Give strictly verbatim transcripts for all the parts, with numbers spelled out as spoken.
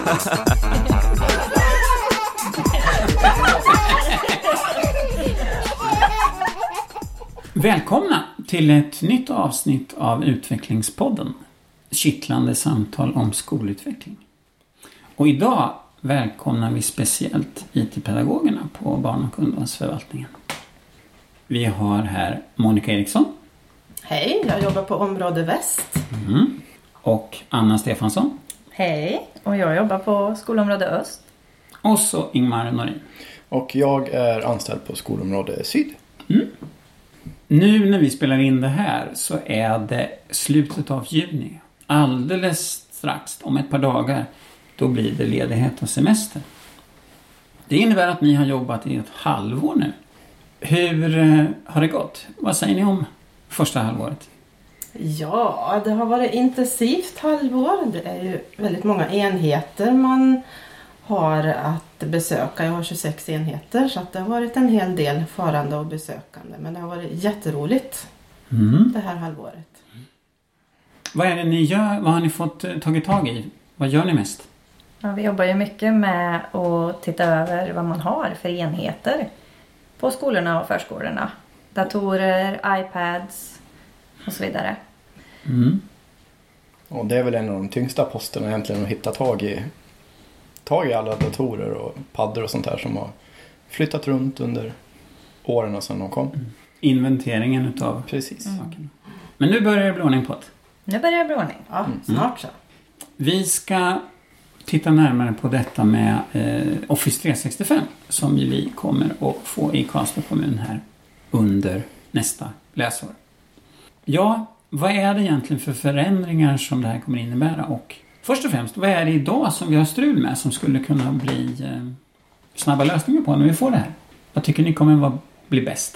Välkomna till ett nytt avsnitt av Utvecklingspodden. Kittlande samtal om skolutveckling. Och idag välkomnar vi speciellt I T-pedagogerna på barn- och ungdomsförvaltningen. Vi har här Monica Eriksson. Hej, jag jobbar på område väst. Mm. Och Anna Stefansson. Hej, och jag jobbar på skolområde öst. Och så Ingmar Norin. Och jag är anställd på skolområde syd. Mm. Nu när vi spelar in det här så är det slutet av juni. Alldeles strax, om ett par dagar, då blir det ledighet och semester. Det innebär att ni har jobbat i ett halvår nu. Hur eh, har det gått? Vad säger ni om första halvåret? Ja, det har varit intensivt halvår. Det är ju väldigt många enheter man har att besöka. Jag har tjugosex enheter så att det har varit en hel del farande och besökande. Men det har varit jätteroligt mm. det här halvåret. Vad är det ni gör? Vad har ni fått tagit tag i? Vad gör ni mest? Ja, vi jobbar ju mycket med att titta över vad man har för enheter på skolorna och förskolorna. Datorer, iPads och så vidare. Mm. Och det är väl en av de tyngsta posterna egentligen att hitta tag i, tag i alla datorer och paddor och sånt där som har flyttat runt under åren sedan de kom. Mm. Inventeringen utav Precis. Mm. Men nu börjar det bli ordning på det. Nu börjar det bli ordning. Ja, mm. snart så. Vi ska titta närmare på detta med eh, Office tre sextiofem som vi kommer att få i Karlstad kommun här under nästa läsår. Ja, vad är det egentligen för förändringar som det här kommer innebära? Och först och främst, vad är det idag som vi har strul med som skulle kunna bli eh, snabba lösningar på när vi får det här? Vad tycker ni kommer att bli bäst?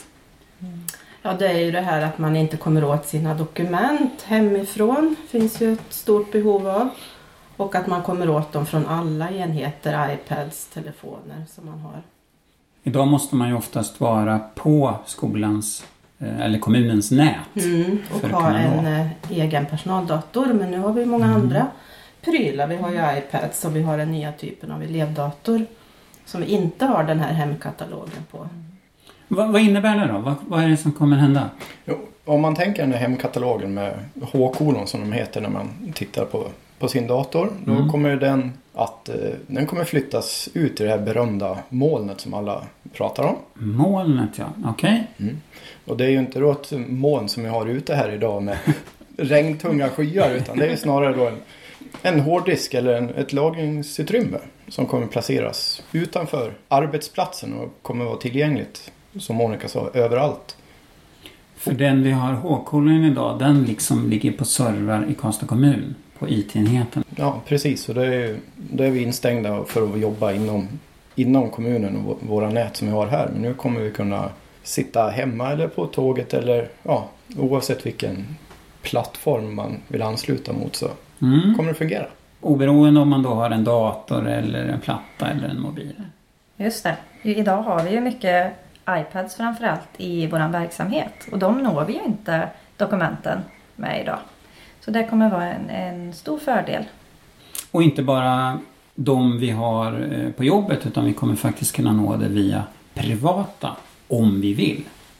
Ja, det är ju det här att man inte kommer åt sina dokument hemifrån. Finns ju ett stort behov av. Och att man kommer åt dem från alla enheter, iPads, telefoner som man har. Idag måste man ju oftast vara på skolans eller kommunens nät. Mm, och ha en eh, egen personaldator. Men nu har vi många mm. andra prylar. Vi har ju iPads och vi har den nya typen av elevdator. Som vi inte har den här hemkatalogen på. Vad, vad innebär det då? Vad, vad är det som kommer hända? Jo, om man tänker den här hemkatalogen med H-kolon som de heter när man tittar på, på sin dator. Mm. Då kommer den att eh, den kommer flyttas ut i det här berömda molnet som alla pratar om. Molnet, ja. Okej. Okay. Mm. Och det är ju inte då ett moln som vi har ute här idag med regntunga skyar utan det är snarare då en, en hårddisk eller en, ett lagringsutrymme som kommer placeras utanför arbetsplatsen och kommer vara tillgängligt, som Monica sa, överallt. För den vi har H-kolon idag, den liksom ligger på server i Karlstad kommun på I T-enheten. Ja, precis. Och det är, det är vi instängda för att jobba inom, inom kommunen och våra nät som vi har här. Men nu kommer vi kunna sitta hemma eller på tåget eller ja, oavsett vilken plattform man vill ansluta mot så mm. kommer det fungera. Oberoende om man då har en dator eller en platta eller en mobil. Just det. Idag har vi ju mycket iPads framförallt i vår verksamhet. Och de når vi ju inte dokumenten med idag. Så det kommer vara en, en stor fördel. Och inte bara de vi har på jobbet utan vi kommer faktiskt kunna nå det via privata om vi vill.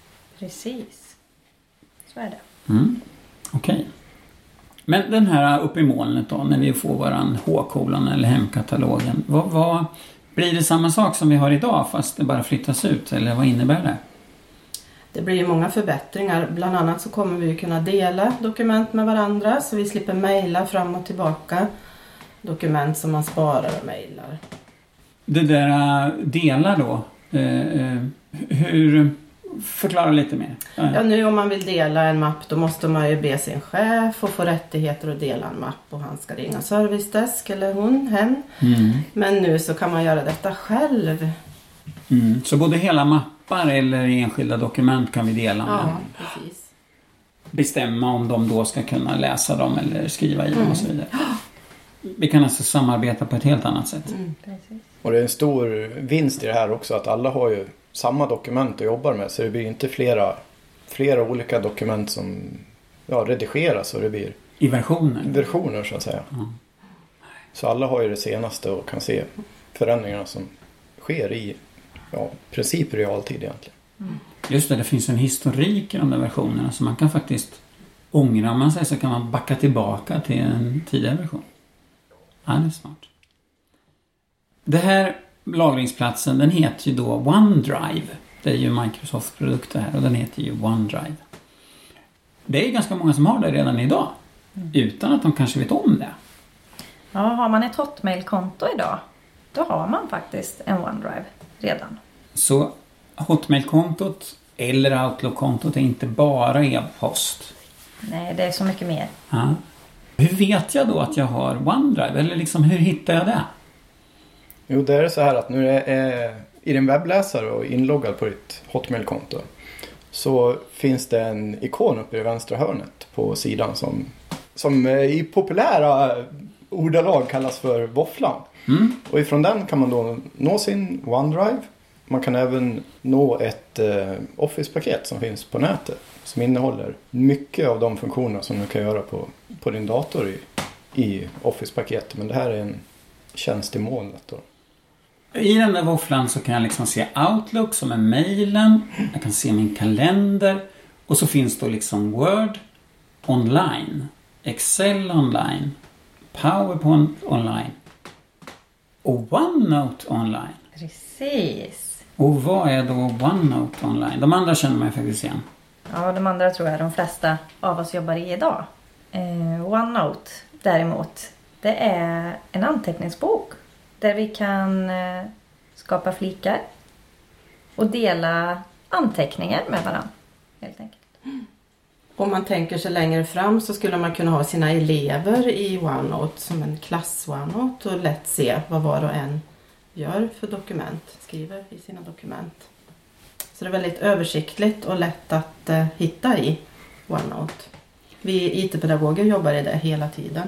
Precis. Så är det. Mm. Okej. Okay. Men den här uppe i molnet då, när vi får våran H-kolon eller hemkatalogen. Vad, vad, blir det samma sak som vi har idag fast det bara flyttas ut? Eller vad innebär det? Det blir ju många förbättringar. Bland annat så kommer vi kunna dela dokument med varandra så vi slipper mejla fram och tillbaka dokument som man sparar och mejlar. Det där dela då, eh, hur... Förklara lite mer. Ja, nu om man vill dela en mapp då måste man ju be sin chef och få rättigheter att dela en mapp och han ska ringa servicedesk eller hon, hen. Mm. Men nu så kan man göra detta själv. Mm. Så både hela mappar eller enskilda dokument kan vi dela med. Ja, precis. Bestämma om de då ska kunna läsa dem eller skriva i dem mm. och så vidare. Vi kan alltså samarbeta på ett helt annat sätt. Mm, precis. Och det är en stor vinst i det här också att alla har ju samma dokument att jobba med så det blir inte flera, flera olika dokument som ja, redigeras och det blir i versioner. versioner så att säga. Ja. Så alla har ju det senaste och kan se förändringarna som sker i ja, princip realtid egentligen. Mm. Just det, det finns en historik i de där versionerna så man kan faktiskt ångra om man säger så kan man backa tillbaka till en tidigare version. Ja, det är smart. Det här lagringsplatsen, den heter ju då OneDrive. Det är ju Microsofts produkt det här och den heter ju OneDrive. Det är ju ganska många som har det redan idag. Mm. Utan att de kanske vet om det. Ja, har man ett Hotmail-konto idag, då har man faktiskt en OneDrive redan. Så Hotmail-kontot eller Outlook-kontot är inte bara e-post? Nej, det är så mycket mer. Ja. Hur vet jag då att jag har OneDrive? Eller liksom, hur hittar jag det? Jo, det är så här att nu är, är i din webbläsare och inloggad på ditt Hotmail-konto så finns det en ikon uppe i vänstra hörnet på sidan som, som i populära ordalag kallas för våfflan. Mm. Och ifrån den kan man då nå sin OneDrive. Man kan även nå ett eh, Office-paket som finns på nätet som innehåller mycket av de funktioner som du kan göra på, på din dator i, i Office-paketet. Men det här är en tjänst i molnet då. I den där våfflan så kan jag liksom se Outlook som är mailen. Jag kan se min kalender. Och så finns då liksom Word online, Excel online, PowerPoint online och OneNote online. Precis. Och vad är då OneNote online? De andra känner man ju faktiskt igen. Ja, de andra tror jag de flesta av oss jobbar i idag. Eh, OneNote däremot, det är en anteckningsbok. Där vi kan eh, skapa flikar och dela anteckningar med varandra, helt enkelt. Om man tänker sig längre fram så skulle man kunna ha sina elever i OneNote som en klass OneNote och lätt se vad var och en gör för dokument, skriver i sina dokument. Så det är väldigt översiktligt och lätt att eh, hitta i OneNote. Vi I T-pedagoger jobbar i det hela tiden.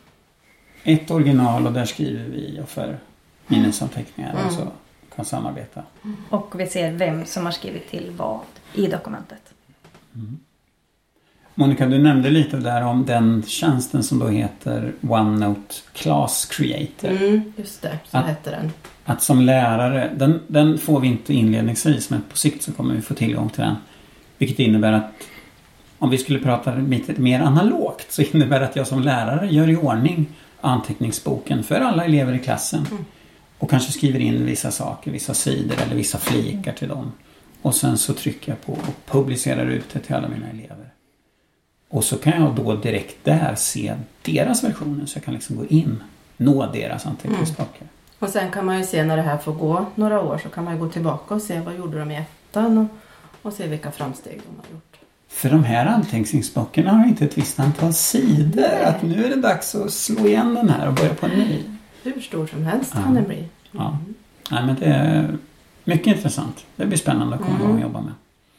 Ett original och där skriver vi och för minnesanteckningar mm. och så kan samarbeta. Mm. Och vi ser vem som har skrivit till vad i dokumentet. Mm. Monica, du nämnde lite där om den tjänsten som då heter OneNote Class Creator. Mm, just det, så att, heter den. Att som lärare, den, den får vi inte inledningsvis men på sikt så kommer vi få tillgång till den. Vilket innebär att om vi skulle prata lite mer analogt så innebär det att jag som lärare gör i ordning anteckningsboken för alla elever i klassen. Mm. Och kanske skriver in vissa saker, vissa sidor eller vissa flikar till dem. Och sen så trycker jag på och publicerar ut det till alla mina elever. Och så kan jag då direkt där se deras versioner så jag kan liksom gå in, nå deras anteckningsböcker. Mm. Och sen kan man ju se när det här får gå några år så kan man ju gå tillbaka och se vad gjorde de i ettan och, och se vilka framsteg de har gjort. För de här anteckningsböckerna har inte ett visst antal sidor. Nej. Att nu är det dags att slå igen den här och börja på en ny. Hur stor som helst ja. kan det bli. Mm. Ja. Nej, men det är mycket intressant. Det blir spännande att komma mm. igång och jobba med.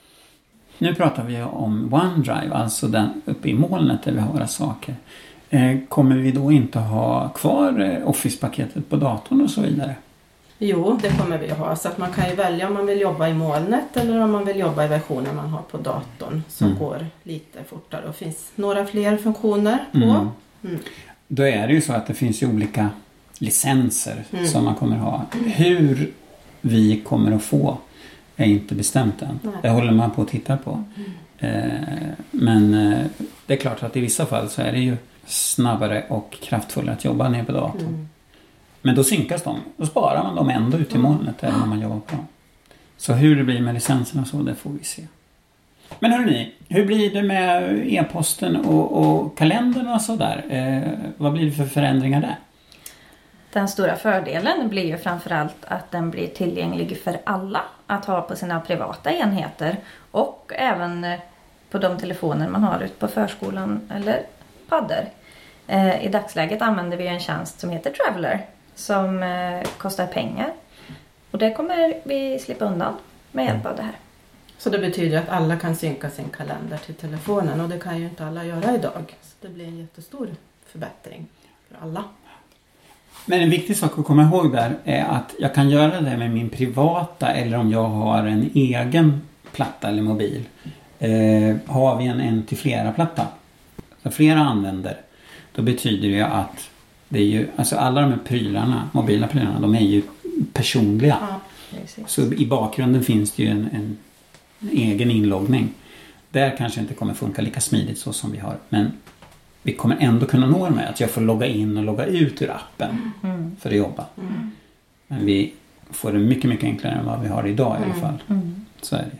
Nu pratar vi om OneDrive, alltså den uppe i molnet där vi har våra saker. Eh, kommer vi då inte ha kvar Office-paketet på datorn och så vidare? Jo, det kommer vi att ha. Så att man kan ju välja om man vill jobba i molnet eller om man vill jobba i versionen man har på datorn. Som mm. går lite fortare. Och finns några fler funktioner på. Mm. Mm. Då är det ju så att det finns ju olika licenser mm. som man kommer att ha. Hur vi kommer att få är inte bestämt än. Nej. Det håller man på att titta på. Mm. Eh, men eh, det är klart att i vissa fall så är det ju snabbare och kraftfullare att jobba ner på datorn. Mm. Men då synkas de. Då sparar man dem ändå ut i molnet även om man jobbar på dem. Så hur det blir med licenserna så, det får vi se. Men hörrni, hur blir det med e-posten och, och kalendern och sådär? Eh, vad blir det för förändringar där? Den stora fördelen blir ju framförallt att den blir tillgänglig för alla att ha på sina privata enheter. Och även på de telefoner man har ute på förskolan eller paddor. Eh, I dagsläget använder vi en tjänst som heter Traveler. Som eh, kostar pengar. Och det kommer vi slippa undan med hjälp av det här. Så det betyder att alla kan synka sin kalender till telefonen. Och det kan ju inte alla göra idag. Så det blir en jättestor förbättring för alla. Men en viktig sak att komma ihåg där är att jag kan göra det med min privata eller om jag har en egen platta eller mobil. Eh, har vi en en till flera platta, så flera använder, då betyder det att Det är ju, alltså alla de här prylarna, mobila prylarna, de är ju personliga. Ja. Så i bakgrunden finns det ju en, en, en egen inloggning. Där kanske inte kommer funka lika smidigt så som vi har. Men vi kommer ändå kunna nå med att jag får logga in och logga ut ur appen Mm. för att jobba. Mm. Men vi får det mycket, mycket enklare än vad vi har idag i alla fall. Mm. Så är det.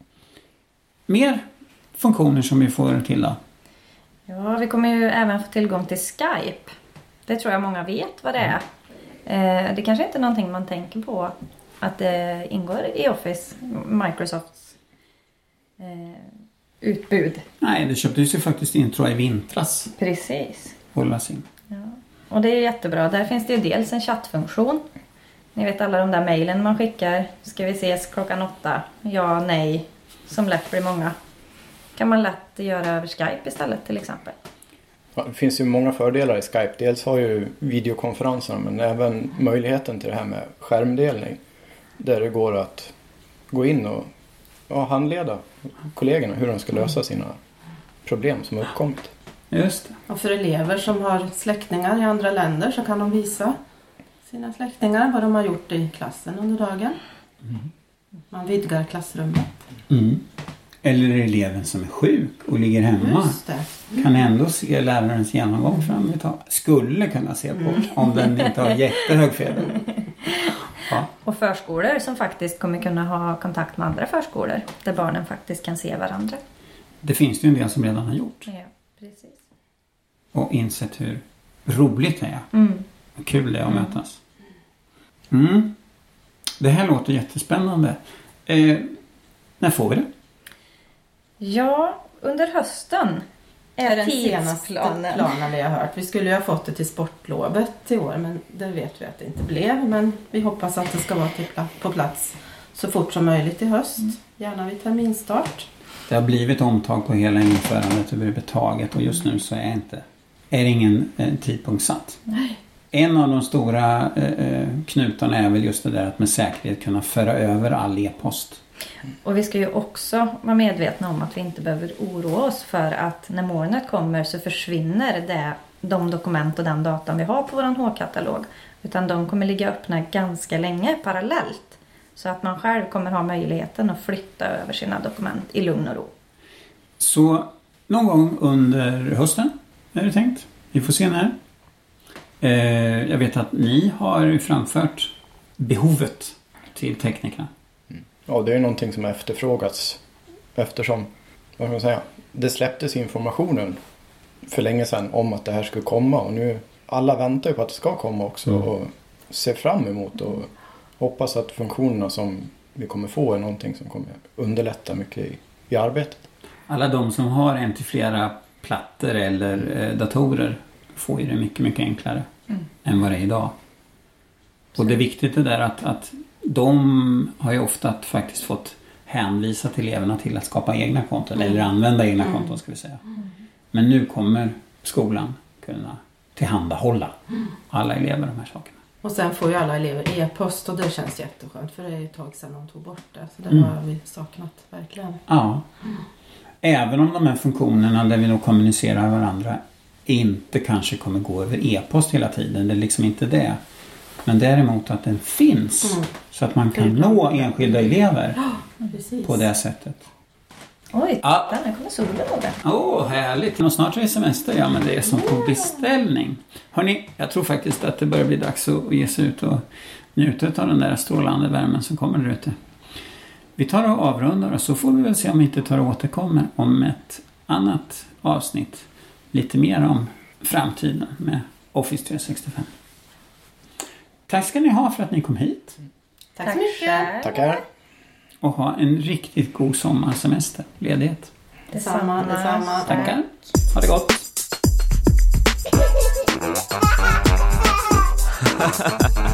Mer funktioner som vi får till då? Ja, vi kommer ju även få tillgång till Skype. Det tror jag många vet vad det är. Eh, det kanske inte är någonting man tänker på att det ingår i Office, Microsofts eh, utbud. Nej, det köptes ju faktiskt in tror jag i vintras. Precis. Hållas in. Ja. Och det är jättebra. Där finns det ju dels en chattfunktion. Ni vet alla de där mejlen man skickar. Ska vi ses klockan åtta? Ja, nej. Som lätt blir många. Kan man lätt göra över Skype istället till exempel. Ja, det finns ju många fördelar i Skype. Dels har ju videokonferenserna men även möjligheten till det här med skärmdelning. Där det går att gå in och ja, handleda kollegorna hur de ska lösa sina problem som har uppkommit. Just det. Och för elever som har släktingar i andra länder så kan de visa sina släktingar vad de har gjort i klassen under dagen. Man vidgar klassrummet. Mm. Eller eleven som är sjuk och ligger hemma. Just det. Kan ändå se lärarens genomgång fram ett tag. Skulle kunna se på om den inte har jättehög feber. Ja. Och förskolor som faktiskt kommer kunna ha kontakt med andra förskolor. Där barnen faktiskt kan se varandra. Det finns det ju en del som redan har gjort. Ja, precis. Och insett hur roligt det är. Mm. Vad kul det är att mötas. Mm. Det här låter jättespännande. Eh, när får vi det? Ja, under hösten Det är är den senaste tidsplanen. planen vi har hört. Vi skulle ju ha fått det till sportlovet i år men det vet vi att det inte blev. Men vi hoppas att det ska vara till pla- på plats så fort som möjligt i höst. Gärna vid terminstart. Det har blivit omtag på hela införandet överhuvudtaget och just nu så är inte är det ingen eh, tidpunkt satt. Nej. En av de stora eh, knutarna är väl just det där att med säkerhet kunna föra över all e-post. Och vi ska ju också vara medvetna om att vi inte behöver oroa oss för att när molnet kommer så försvinner det, de dokument och den datan vi har på vår H-katalog. Utan de kommer ligga öppna ganska länge parallellt. Så att man själv kommer ha möjligheten att flytta över sina dokument i lugn och ro. Så någon gång under hösten är det tänkt. Vi får se när. Eh, jag vet att ni har framfört behovet till teknikerna. Ja, det är någonting som har efterfrågats eftersom, vad ska man säga, det släpptes informationen för länge sedan om att det här skulle komma och nu alla väntar ju på att det ska komma också Mm. och ser fram emot och hoppas att funktionerna som vi kommer få är någonting som kommer underlätta mycket i, i arbetet. Alla de som har en till flera plattor eller eh, datorer får ju det mycket, mycket enklare Mm. än vad det är idag. Och det är viktigt det där att, att de har ju ofta faktiskt fått hänvisa till eleverna till att skapa egna konton Mm. eller använda egna Mm. konton ska vi säga. Men nu kommer skolan kunna tillhandahålla alla elever de här sakerna. Och sen får ju alla elever e-post och det känns jätteskönt för det är ju ett tag sedan de tog bort det. Så det Mm. har vi saknat verkligen. Ja. Även om de här funktionerna där vi då kommunicerar varandra inte kanske kommer gå över e-post hela tiden. Det är liksom inte det. Men däremot att den finns Mm. så att man kan Det är bra. nå enskilda elever Precis. på det sättet. Oj, Ja. titta, nu kommer solen över. Åh, oh, härligt. Och snart är det semester. Ja, men det är som på beställning. Hörrni, jag tror faktiskt att det börjar bli dags att ge sig ut och njuta av den där strålande värmen som kommer där ute. Vi tar och avrundar och så får vi väl se om vi inte tar och återkommer om ett annat avsnitt. Lite mer om framtiden med Office tre sextiofem. Tack ska ni ha för att ni kom hit. Tack så mycket. själv. Tackar! Och ha en riktigt god sommarsemester, ledighet. Detsamma, detsamma. Tackar. Ha det gott.